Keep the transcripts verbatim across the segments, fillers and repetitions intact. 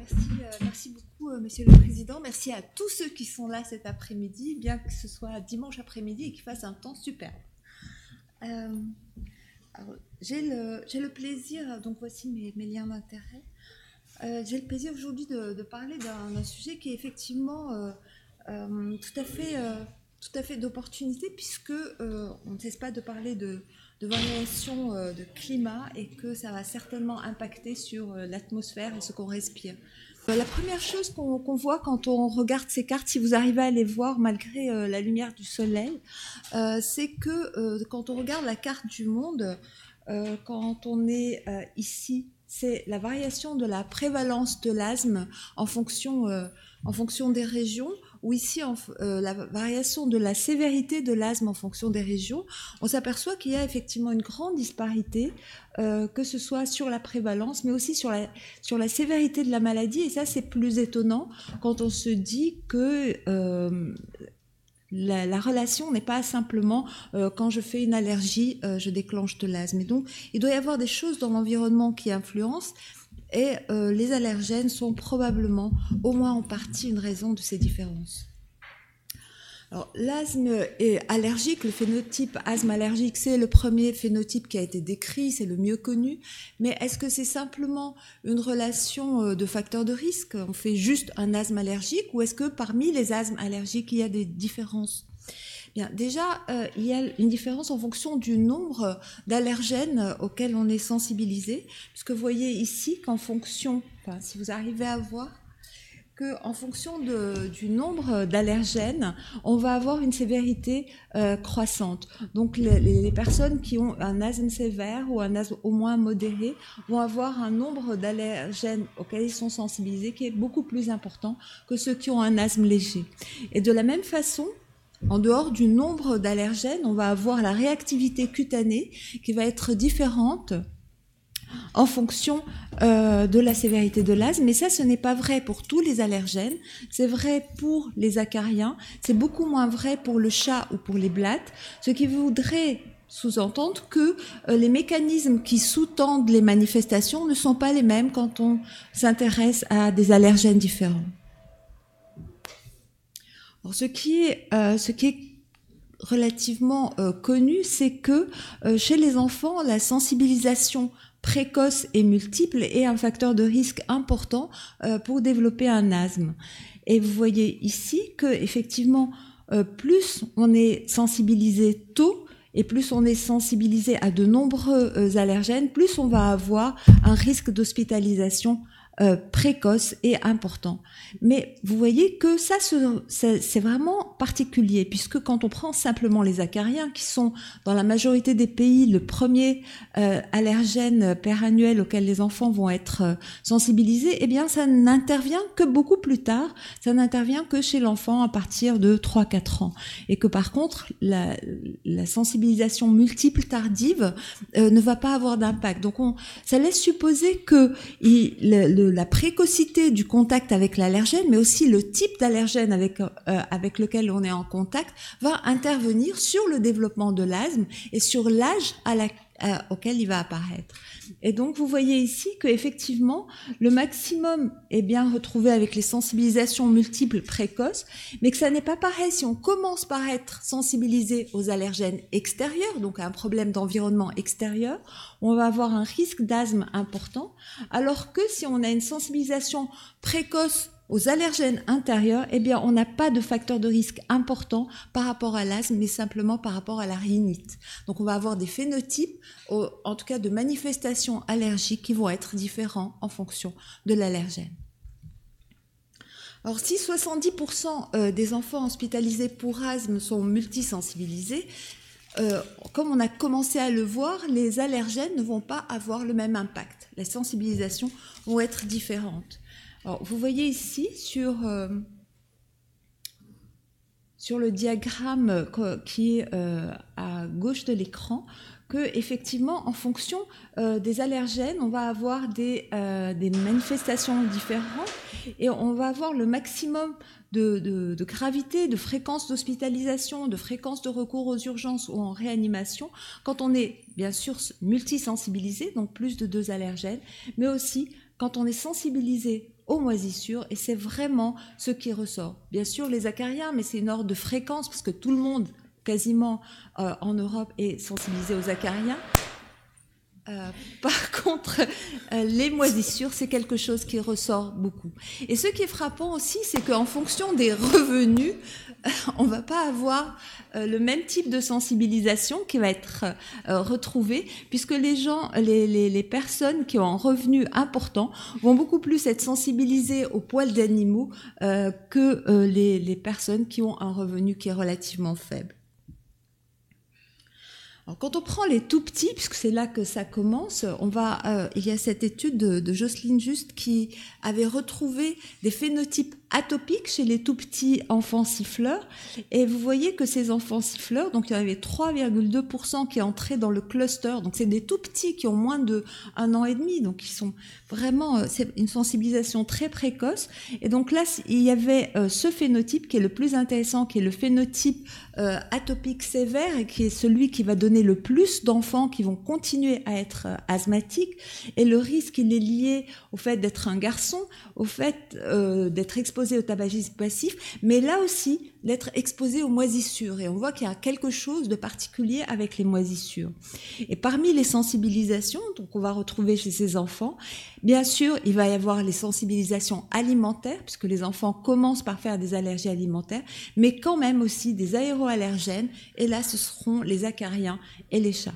Merci, euh, merci beaucoup, euh, Monsieur le Président. Merci à tous ceux qui sont là cet après-midi, bien que ce soit dimanche après-midi et qu'il fasse un temps superbe. Euh, alors, j'ai le, j'ai le plaisir, donc voici mes, mes liens d'intérêt. Euh, j'ai le plaisir aujourd'hui de, de parler d'un, d'un sujet qui est effectivement euh, euh, tout à fait, euh, tout à fait d'opportunité, puisque euh, on ne cesse pas de parler de, de variation euh, de climat et que ça va certainement impacter sur euh, l'atmosphère et ce qu'on respire. Euh, la première chose qu'on, qu'on voit quand on regarde ces cartes, si vous arrivez à les voir malgré euh, la lumière du soleil, euh, c'est que euh, quand on regarde la carte du monde, euh, quand on est euh, ici, c'est la variation de la prévalence de l'asthme en fonction, euh, en fonction des régions, ou ici en, euh, la variation de la sévérité de l'asthme en fonction des régions. On s'aperçoit qu'il y a effectivement une grande disparité, euh, que ce soit sur la prévalence, mais aussi sur la, sur la sévérité de la maladie. Et ça, c'est plus étonnant quand on se dit que euh, La, la relation n'est pas simplement euh, quand je fais une allergie, euh, je déclenche de l'asthme. Et donc, il doit y avoir des choses dans l'environnement qui influencent et euh, les allergènes sont probablement, au moins en partie, une raison de ces différences. Alors, l'asthme est allergique, le phénotype asthme allergique, c'est le premier phénotype qui a été décrit, c'est le mieux connu, mais est-ce que c'est simplement une relation de facteurs de risque? On fait juste un asthme allergique ou est-ce que parmi les asthmes allergiques, il y a des différences? Bien, déjà, euh, il y a une différence en fonction du nombre d'allergènes auxquels on est sensibilisé, puisque vous voyez ici qu'en fonction, enfin, si vous arrivez à voir, qu'en fonction de, du nombre d'allergènes, on va avoir une sévérité euh, croissante. Donc les, les personnes qui ont un asthme sévère ou un asthme au moins modéré vont avoir un nombre d'allergènes auxquels ils sont sensibilisés qui est beaucoup plus important que ceux qui ont un asthme léger. Et de la même façon, en dehors du nombre d'allergènes, on va avoir la réactivité cutanée qui va être différente en fonction euh, de la sévérité de l'asthme. Mais ça, ce n'est pas vrai pour tous les allergènes. C'est vrai pour les acariens. C'est beaucoup moins vrai pour le chat ou pour les blattes. Ce qui voudrait sous-entendre que euh, les mécanismes qui sous-tendent les manifestations ne sont pas les mêmes quand on s'intéresse à des allergènes différents. Alors, ce qui est, euh, ce qui est relativement euh, connu, c'est que euh, chez les enfants, la sensibilisation précoce et multiple est un facteur de risque important euh, pour développer un asthme. Et vous voyez ici que effectivement, euh, plus on est sensibilisé tôt et plus on est sensibilisé à de nombreux euh, allergènes, plus on va avoir un risque d'hospitalisation Euh, précoce et important. Mais vous voyez que ça, c'est, c'est vraiment particulier, puisque quand on prend simplement les acariens, qui sont dans la majorité des pays le premier euh, allergène perannuel auquel les enfants vont être euh, sensibilisés, eh bien ça n'intervient que beaucoup plus tard, ça n'intervient que chez l'enfant à partir de trois à quatre ans. Et que par contre, la, la sensibilisation multiple tardive euh, ne va pas avoir d'impact. Donc on, ça laisse supposer que il, le, le la précocité du contact avec l'allergène, mais aussi le type d'allergène avec, euh, avec lequel on est en contact, va intervenir sur le développement de l'asthme et sur l'âge à la, euh, auquel il va apparaître. Et donc, vous voyez ici qu'effectivement, le maximum est bien retrouvé avec les sensibilisations multiples précoces, mais que ça n'est pas pareil si on commence par être sensibilisé aux allergènes extérieurs, donc à un problème d'environnement extérieur, on va avoir un risque d'asthme important, alors que si on a une sensibilisation précoce aux allergènes intérieurs, eh bien, on n'a pas de facteur de risque important par rapport à l'asthme, mais simplement par rapport à la rhinite. Donc, on va avoir des phénotypes, en tout cas de manifestations allergiques, qui vont être différents en fonction de l'allergène. Alors, si soixante-dix pour cent des enfants hospitalisés pour asthme sont multisensibilisés, Euh, comme on a commencé à le voir, les allergènes ne vont pas avoir le même impact. Les sensibilisations vont être différentes. Alors, vous voyez ici sur, euh, sur le diagramme qui est euh, à gauche de l'écran que effectivement, en fonction euh, des allergènes, on va avoir des, euh, des manifestations différentes et on va avoir le maximum de, de, de gravité, de fréquence d'hospitalisation, de fréquence de recours aux urgences ou en réanimation quand on est bien sûr multisensibilisé, donc plus de deux allergènes, mais aussi quand on est sensibilisé aux moisissures, et c'est vraiment ce qui ressort. Bien sûr, les acariens, mais c'est une ordre de fréquence, parce que tout le monde, quasiment euh, en Europe, est sensibilisé aux acariens. Euh, par contre, euh, les moisissures, c'est quelque chose qui ressort beaucoup. Et ce qui est frappant aussi, c'est qu'en fonction des revenus, euh, on ne va pas avoir euh, le même type de sensibilisation qui va être euh, retrouvé, puisque les gens, les, les, les personnes qui ont un revenu important vont beaucoup plus être sensibilisées aux poils d'animaux euh, que euh, les, les personnes qui ont un revenu qui est relativement faible. Alors, quand on prend les tout petits, puisque c'est là que ça commence, on va, euh, il y a cette étude de, de Jocelyne Juste qui avait retrouvé des phénotypes atopiques chez les tout petits enfants siffleurs. Et vous voyez que ces enfants siffleurs, donc il y en avait trois virgule deux pour cent qui entraient dans le cluster. Donc c'est des tout petits qui ont moins de un an et demi. Donc ils sont vraiment, c'est une sensibilisation très précoce. Et donc là, il y avait euh, ce phénotype qui est le plus intéressant, qui est le phénotype euh, atopique sévère et qui est celui qui va donner le plus d'enfants qui vont continuer à être euh, asthmatiques. Et le risque, il est lié au fait d'être un garçon, au fait euh, d'être exposé au tabagisme passif, mais là aussi d'être exposé aux moisissures. Et on voit qu'il y a quelque chose de particulier avec les moisissures. Et parmi les sensibilisations, donc on va retrouver chez ces enfants, bien sûr, il va y avoir les sensibilisations alimentaires, puisque les enfants commencent par faire des allergies alimentaires, mais quand même aussi des aéroallergènes, et là ce seront les acariens et les chats.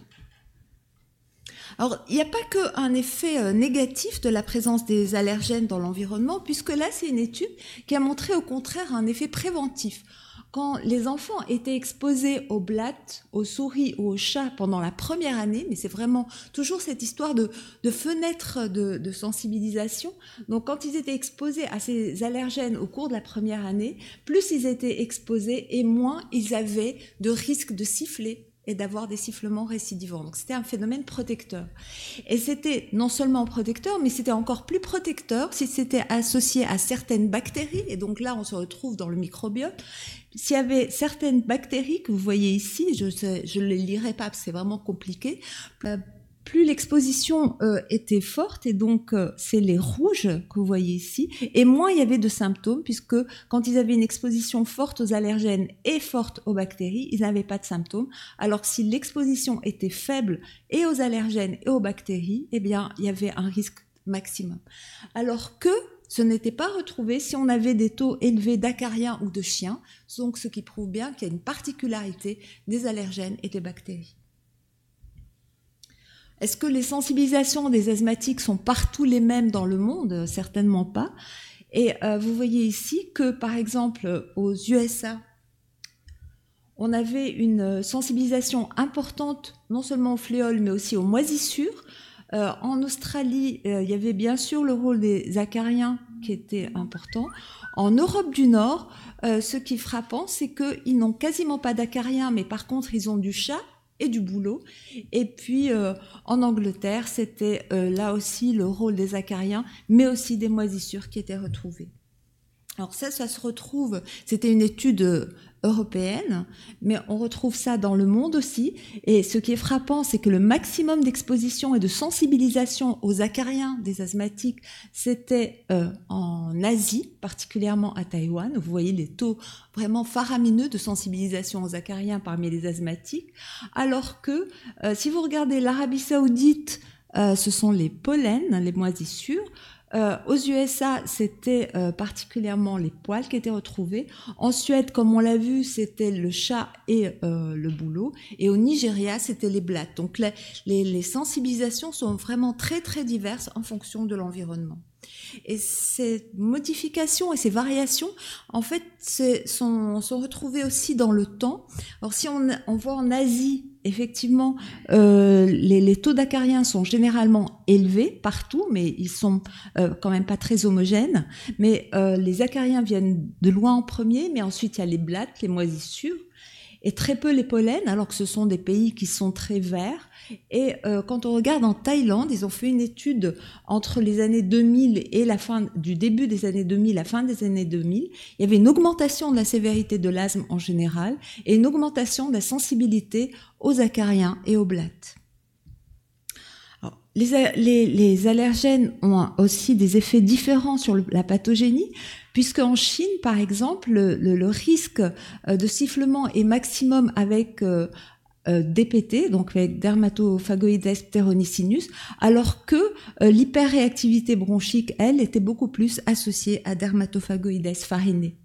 Alors, il n'y a pas qu'un effet euh, négatif de la présence des allergènes dans l'environnement, puisque là, c'est une étude qui a montré au contraire un effet préventif. Quand les enfants étaient exposés aux blattes, aux souris ou aux chats pendant la première année, mais c'est vraiment toujours cette histoire de, de fenêtre de, de sensibilisation. Donc, quand ils étaient exposés à ces allergènes au cours de la première année, plus ils étaient exposés et moins ils avaient de risque de siffler et d'avoir des sifflements récidivants. Donc c'était un phénomène protecteur. Et c'était non seulement protecteur, mais c'était encore plus protecteur si c'était associé à certaines bactéries. Et donc là, on se retrouve dans le microbiote. S'il y avait certaines bactéries que vous voyez ici, je ne les lirai pas parce que c'est vraiment compliqué, euh, plus l'exposition euh, était forte, et donc euh, c'est les rouges que vous voyez ici, et moins il y avait de symptômes, puisque quand ils avaient une exposition forte aux allergènes et forte aux bactéries, ils n'avaient pas de symptômes, alors que si l'exposition était faible et aux allergènes et aux bactéries, eh bien il y avait un risque maximum. Alors que ce n'était pas retrouvé si on avait des taux élevés d'acariens ou de chiens, donc ce qui prouve bien qu'il y a une particularité des allergènes et des bactéries. Est-ce que les sensibilisations des asthmatiques sont partout les mêmes dans le monde? Certainement pas. Et euh, vous voyez ici que, par exemple, aux U S A, on avait une sensibilisation importante, non seulement aux fléoles, mais aussi aux moisissures. Euh, en Australie, euh, il y avait bien sûr le rôle des acariens qui était important. En Europe du Nord, euh, ce qui est frappant, c'est qu'ils n'ont quasiment pas d'acariens, mais par contre, ils ont du chat et du bouleau. Et puis euh, en Angleterre, c'était euh, là aussi le rôle des acariens, mais aussi des moisissures qui étaient retrouvées. Alors ça, ça se retrouve, c'était une étude européenne, mais on retrouve ça dans le monde aussi. Et ce qui est frappant, c'est que le maximum d'exposition et de sensibilisation aux acariens des asthmatiques, c'était euh, en Asie, particulièrement à Taïwan. Vous voyez les taux vraiment faramineux de sensibilisation aux acariens parmi les asthmatiques. Alors que euh, si vous regardez l'Arabie Saoudite, euh, ce sont les pollens, les moisissures. Euh, aux U S A, c'était euh, particulièrement les poils qui étaient retrouvés. En Suède, comme on l'a vu, c'était le chat et euh, le bouleau. Et au Nigeria, c'était les blattes. Donc les, les, les sensibilisations sont vraiment très très diverses en fonction de l'environnement. Et ces modifications et ces variations, en fait, sont, sont retrouvées aussi dans le temps. Alors si on, on voit en Asie, effectivement, euh, les, les taux d'acariens sont généralement élevés partout, mais ils sont euh, quand même pas très homogènes. Mais euh, les acariens viennent de loin en premier, mais ensuite il y a les blattes, les moisissures, et très peu les pollens, alors que ce sont des pays qui sont très verts. Et euh, quand on regarde en Thaïlande, ils ont fait une étude entre les années deux mille et la fin du début des années deux mille, la fin des années deux mille. Il y avait une augmentation de la sévérité de l'asthme en général et une augmentation de la sensibilité aux acariens et aux blattes. Alors, les, les, les allergènes ont aussi des effets différents sur le, la pathogénie, puisqu'en Chine, par exemple, le, le, le risque de sifflement est maximum avec euh, euh, D P T, donc avec dermatophagoides pteronicinus, alors que euh, l'hyperréactivité bronchique, elle, était beaucoup plus associée à dermatophagoides farinés.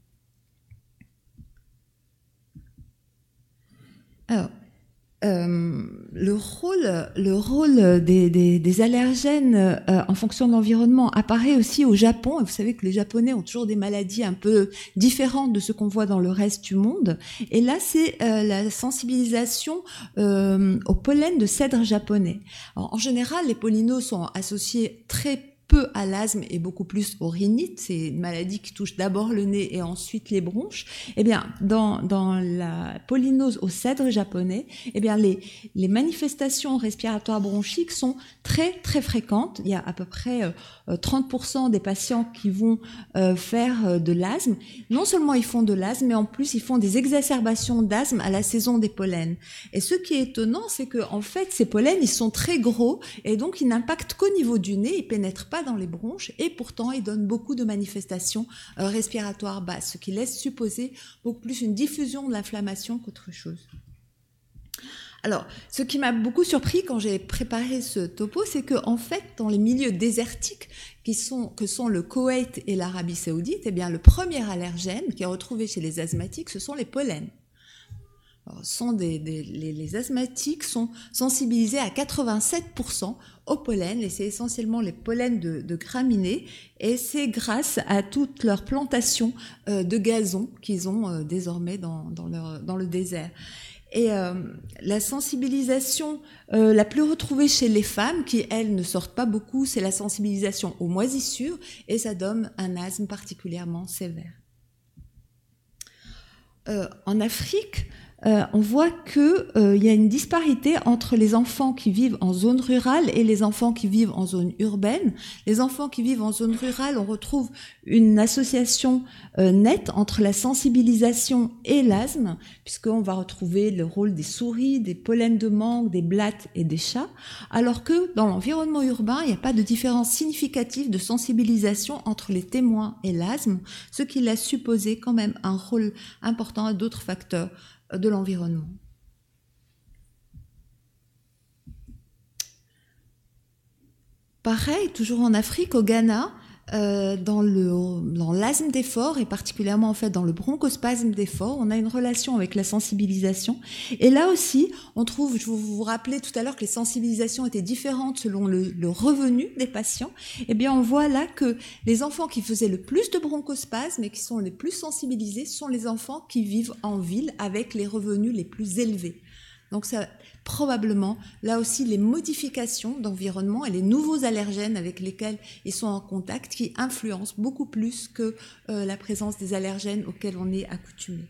Alors, Euh, le rôle, le rôle des, des, des allergènes euh, en fonction de l'environnement apparaît aussi au Japon. Vous savez que les Japonais ont toujours des maladies un peu différentes de ce qu'on voit dans le reste du monde. Et là, c'est euh, la sensibilisation euh, au pollen de cèdre japonais. Alors, en général, les pollinos sont associés très peu à l'asthme et beaucoup plus aux rhinites. C'est une maladie qui touche d'abord le nez et ensuite les bronches. Eh bien, dans, dans la pollinose au cèdre japonais, eh bien, les, les manifestations respiratoires bronchiques sont très, très fréquentes. Il y a à peu près euh, trente pour cent des patients qui vont euh, faire euh, de l'asthme. Non seulement ils font de l'asthme, mais en plus, ils font des exacerbations d'asthme à la saison des pollens. Et ce qui est étonnant, c'est que, en fait, ces pollens, ils sont très gros et donc ils n'impactent qu'au niveau du nez, ils pénètrent pas dans les bronches et pourtant ils donnent beaucoup de manifestations euh, respiratoires basses, ce qui laisse supposer beaucoup plus une diffusion de l'inflammation qu'autre chose. Alors, ce qui m'a beaucoup surpris quand j'ai préparé ce topo, c'est que en fait, dans les milieux désertiques, qui sont, que sont le Koweït et l'Arabie Saoudite, eh bien, le premier allergène qui est retrouvé chez les asthmatiques, ce sont les pollens. Alors, sont des, des, les, les asthmatiques sont sensibilisés à quatre-vingt-sept pour cent au pollen, et c'est essentiellement les pollens de, de graminées, et c'est grâce à toute leur plantation euh, de gazon qu'ils ont euh, désormais dans, dans, leur, dans le désert. Et euh, la sensibilisation euh, la plus retrouvée chez les femmes, qui elles ne sortent pas beaucoup, c'est la sensibilisation aux moisissures, et ça donne un asthme particulièrement sévère. Euh, en Afrique, Euh, on voit qu'il euh, y a une disparité entre les enfants qui vivent en zone rurale et les enfants qui vivent en zone urbaine. Les enfants qui vivent en zone rurale, on retrouve une association euh, nette entre la sensibilisation et l'asthme, puisqu'on va retrouver le rôle des souris, des pollens de mangue, des blattes et des chats, alors que dans l'environnement urbain, il n'y a pas de différence significative de sensibilisation entre les témoins et l'asthme, ce qui laisse supposer quand même un rôle important à d'autres facteurs de l'environnement. Pareil, toujours en Afrique, au Ghana, euh, dans, le, dans l'asthme d'effort, et particulièrement en fait dans le bronchospasme d'effort, on a une relation avec la sensibilisation. Et là aussi, on trouve, je vous, vous rappelais tout à l'heure que les sensibilisations étaient différentes selon le, le revenu des patients. Eh bien, on voit là que les enfants qui faisaient le plus de bronchospasme et qui sont les plus sensibilisés sont les enfants qui vivent en ville avec les revenus les plus élevés. Donc ça, probablement, là aussi, les modifications d'environnement et les nouveaux allergènes avec lesquels ils sont en contact qui influencent beaucoup plus que euh, la présence des allergènes auxquels on est accoutumé.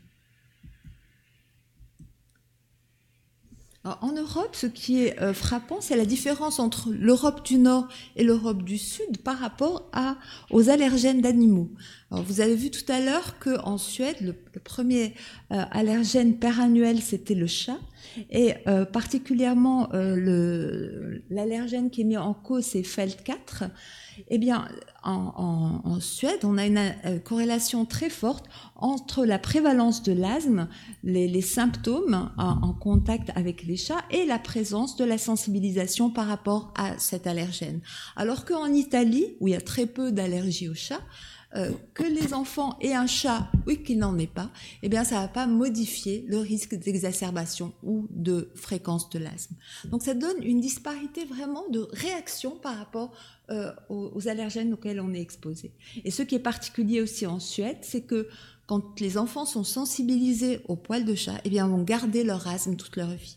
Alors, en Europe, ce qui est euh, frappant, c'est la différence entre l'Europe du Nord et l'Europe du Sud par rapport à, aux allergènes d'animaux. Alors, vous avez vu tout à l'heure qu'en Suède, le, le premier euh, allergène perannuel, c'était le chat. Et euh, particulièrement, euh, le, l'allergène qui est mis en cause, c'est F E L T quatre. Eh bien, en, en, en Suède, on a une euh, corrélation très forte entre la prévalence de l'asthme, les, les symptômes en, en contact avec les chats et la présence de la sensibilisation par rapport à cet allergène. Alors qu'en Italie, où il y a très peu d'allergies aux chats, Euh, que les enfants aient un chat ou qu'il n'en ait pas, eh bien ça ne va pas modifier le risque d'exacerbation ou de fréquence de l'asthme. Donc ça donne une disparité vraiment de réaction par rapport euh, aux, aux allergènes auxquels on est exposé. Et ce qui est particulier aussi en Suède, c'est que quand les enfants sont sensibilisés aux poils de chat, eh bien ils vont garder leur asthme toute leur vie.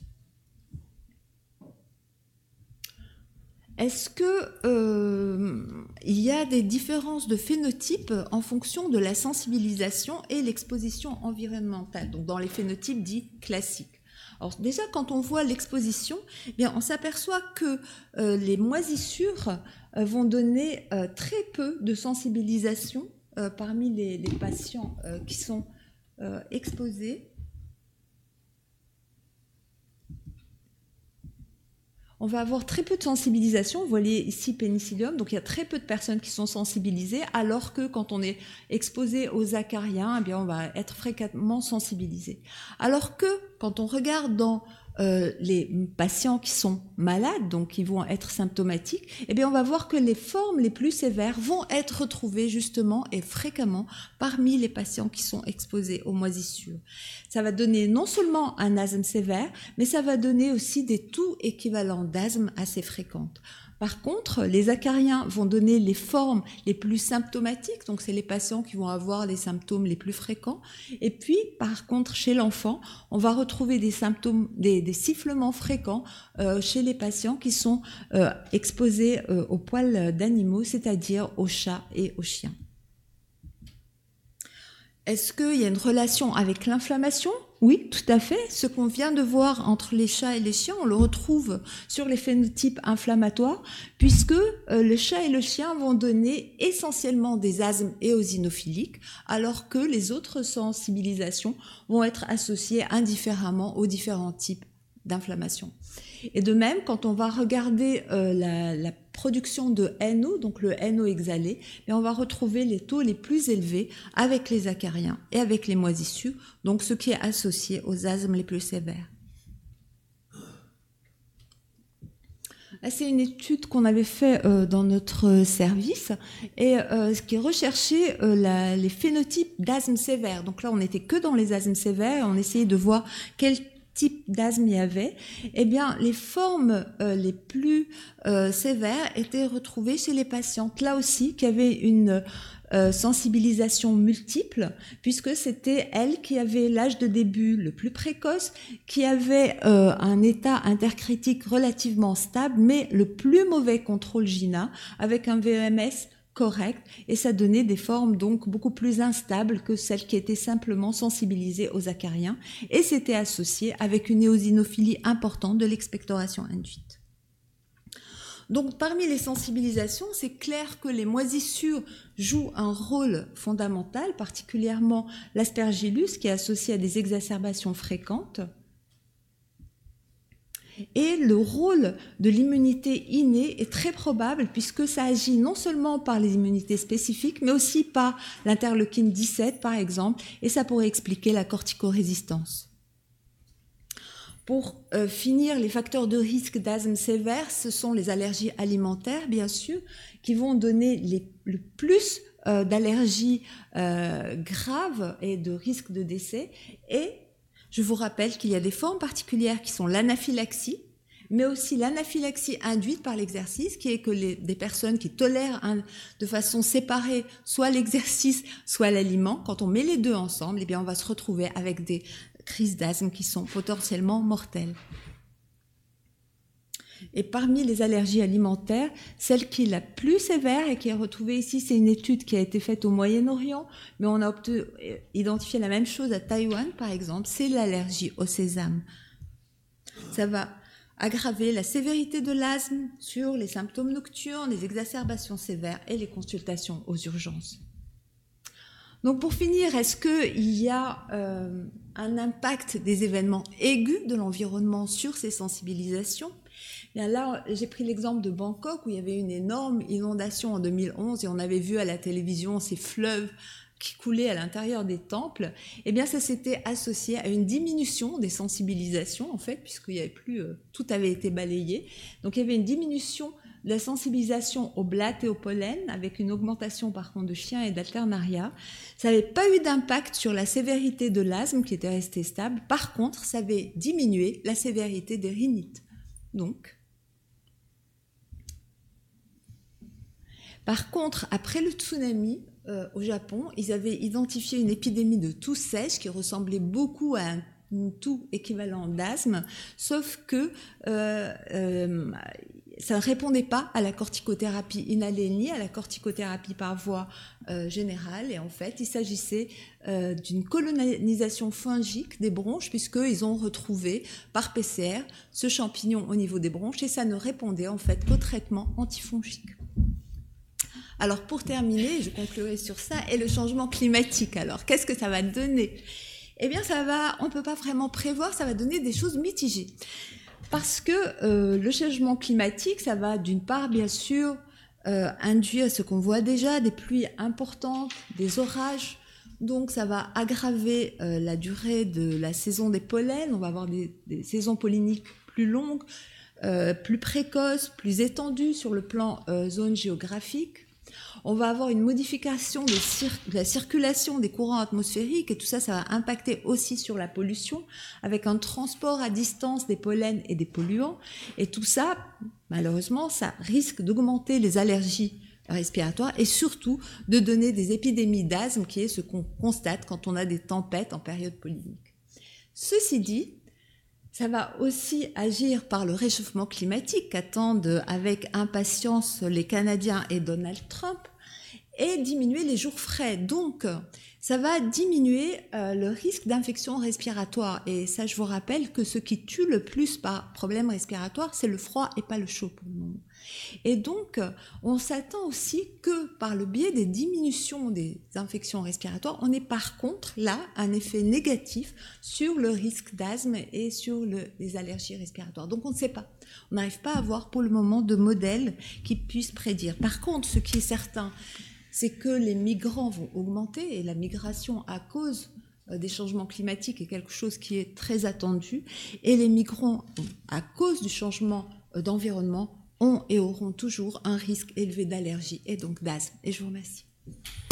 Est-ce que euh, il y a des différences de phénotype en fonction de la sensibilisation et l'exposition environnementale, donc dans les phénotypes dits classiques? Alors déjà, quand on voit l'exposition, eh bien, on s'aperçoit que euh, les moisissures euh, vont donner euh, très peu de sensibilisation euh, parmi les, les patients euh, qui sont euh, exposés. on va avoir très peu de sensibilisation. Vous voyez ici pénicillium, donc il y a très peu de personnes qui sont sensibilisées, alors que quand on est exposé aux acariens, eh bien on va être fréquemment sensibilisé. Alors que quand on regarde dans euh, les patients qui sont malades, donc qui vont être symptomatiques, eh bien on va voir que les formes les plus sévères vont être retrouvées justement et fréquemment parmi les patients qui sont exposés aux moisissures. Ça va donner non seulement un asthme sévère, mais ça va donner aussi des taux équivalents d'asthme assez fréquentes. Par contre, les acariens vont donner les formes les plus symptomatiques, donc c'est les patients qui vont avoir les symptômes les plus fréquents. Et puis, par contre, chez l'enfant, on va retrouver des symptômes, des, des sifflements fréquents euh, chez les patients qui sont euh, exposés euh, aux poils d'animaux, c'est-à-dire aux chats et aux chiens. Est-ce qu'il y a une relation avec l'inflammation ? Oui, tout à fait. Ce qu'on vient de voir entre les chats et les chiens, on le retrouve sur les phénotypes inflammatoires, puisque euh, le chat et le chien vont donner essentiellement des asthmes éosinophiliques, alors que les autres sensibilisations vont être associées indifféremment aux différents types d'inflammation. Et de même, quand on va regarder euh, la, la production de N O, donc le N O exhalé, et on va retrouver les taux les plus élevés avec les acariens et avec les moisissures, donc ce qui est associé aux asthmes les plus sévères. Là, c'est une étude qu'on avait faite euh, dans notre service et euh, qui recherchait euh, la, les phénotypes d'asthme sévère. Donc là, on n'était que dans les asthmes sévères, on essayait de voir quel type d'asthme il y avait. Eh bien, les formes euh, les plus euh, sévères étaient retrouvées chez les patientes, là aussi, qui avaient une euh, sensibilisation multiple, puisque c'était elles qui avaient l'âge de début le plus précoce, qui avaient euh, un état intercritique relativement stable, mais le plus mauvais contrôle G I N A, avec un V E M S correct, et ça donnait des formes donc beaucoup plus instables que celles qui étaient simplement sensibilisées aux acariens, et c'était associé avec une éosinophilie importante de l'expectoration induite. Donc parmi les sensibilisations, c'est clair que les moisissures jouent un rôle fondamental, particulièrement l'aspergillus qui est associé à des exacerbations fréquentes. Et le rôle de l'immunité innée est très probable puisque ça agit non seulement par les immunités spécifiques, mais aussi par l'interleukine dix-sept par exemple, et ça pourrait expliquer la corticorésistance. Pour euh, finir, les facteurs de risque d'asthme sévère, ce sont les allergies alimentaires, bien sûr, qui vont donner les, le plus euh, d'allergies euh, graves et de risque de décès. Et je vous rappelle qu'il y a des formes particulières qui sont l'anaphylaxie, mais aussi l'anaphylaxie induite par l'exercice, qui est que les, des personnes qui tolèrent un, de façon séparée soit l'exercice, soit l'aliment, quand on met les deux ensemble, eh bien on va se retrouver avec des crises d'asthme qui sont potentiellement mortelles. Et parmi les allergies alimentaires, celle qui est la plus sévère et qui est retrouvée ici, c'est une étude qui a été faite au Moyen-Orient, mais on a obtenu, identifié la même chose à Taïwan, par exemple, c'est l'allergie au sésame. Ça va aggraver la sévérité de l'asthme sur les symptômes nocturnes, les exacerbations sévères et les consultations aux urgences. Donc pour finir, est-ce qu'il y a euh, un impact des événements aigus de l'environnement sur ces sensibilisations ? Bien là, j'ai pris l'exemple de Bangkok où il y avait une énorme inondation en deux mille onze et on avait vu à la télévision ces fleuves qui coulaient à l'intérieur des temples. Eh bien, ça s'était associé à une diminution des sensibilisations en fait, puisqu'il y avait plus, euh, tout avait été balayé. Donc, il y avait une diminution de la sensibilisation au blattes et au pollen, avec une augmentation par contre de chiens et d'alternaria. Ça n'avait pas eu d'impact sur la sévérité de l'asthme qui était resté stable. Par contre, ça avait diminué la sévérité des rhinites. Donc, par contre, après le tsunami euh, au Japon, ils avaient identifié une épidémie de toux sèche qui ressemblait beaucoup à un toux équivalent d'asthme, sauf que euh, euh, ça ne répondait pas à la corticothérapie inhalée ni à la corticothérapie par voie euh, générale. Et en fait, il s'agissait euh, d'une colonisation fongique des bronches, puisqu'ils ont retrouvé par P C R ce champignon au niveau des bronches, et ça ne répondait en fait qu'au traitement antifongique. Alors pour terminer, je conclurai sur ça, et le changement climatique. Alors qu'est-ce que ça va donner ? Eh bien, ça va, on ne peut pas vraiment prévoir, ça va donner des choses mitigées. Parce que euh, le changement climatique, ça va d'une part, bien sûr, euh, induire ce qu'on voit déjà, des pluies importantes, des orages. Donc ça va aggraver euh, la durée de la saison des pollens. On va avoir des, des saisons polliniques plus longues, euh, plus précoces, plus étendues sur le plan euh, zone géographique. On va avoir une modification de, cir- de la circulation des courants atmosphériques et tout ça, ça va impacter aussi sur la pollution avec un transport à distance des pollens et des polluants. Et tout ça, malheureusement, ça risque d'augmenter les allergies respiratoires et surtout de donner des épidémies d'asthme, qui est ce qu'on constate quand on a des tempêtes en période pollinique. Ceci dit, ça va aussi agir par le réchauffement climatique qu'attendent avec impatience les Canadiens et Donald Trump, et diminuer les jours frais. Donc, ça va diminuer euh, le risque d'infection respiratoire. Et ça, je vous rappelle que ce qui tue le plus par problème respiratoire, c'est le froid et pas le chaud pour le moment. Et donc, on s'attend aussi que par le biais des diminutions des infections respiratoires, on ait par contre là un effet négatif sur le risque d'asthme et sur le, les allergies respiratoires. Donc on ne sait pas. On n'arrive pas à avoir pour le moment de modèle qui puisse prédire. Par contre, ce qui est certain, c'est que les migrants vont augmenter et la migration à cause des changements climatiques est quelque chose qui est très attendu. Et les migrants, à cause du changement d'environnement, ont et auront toujours un risque élevé d'allergie et donc d'asthme. Et je vous remercie.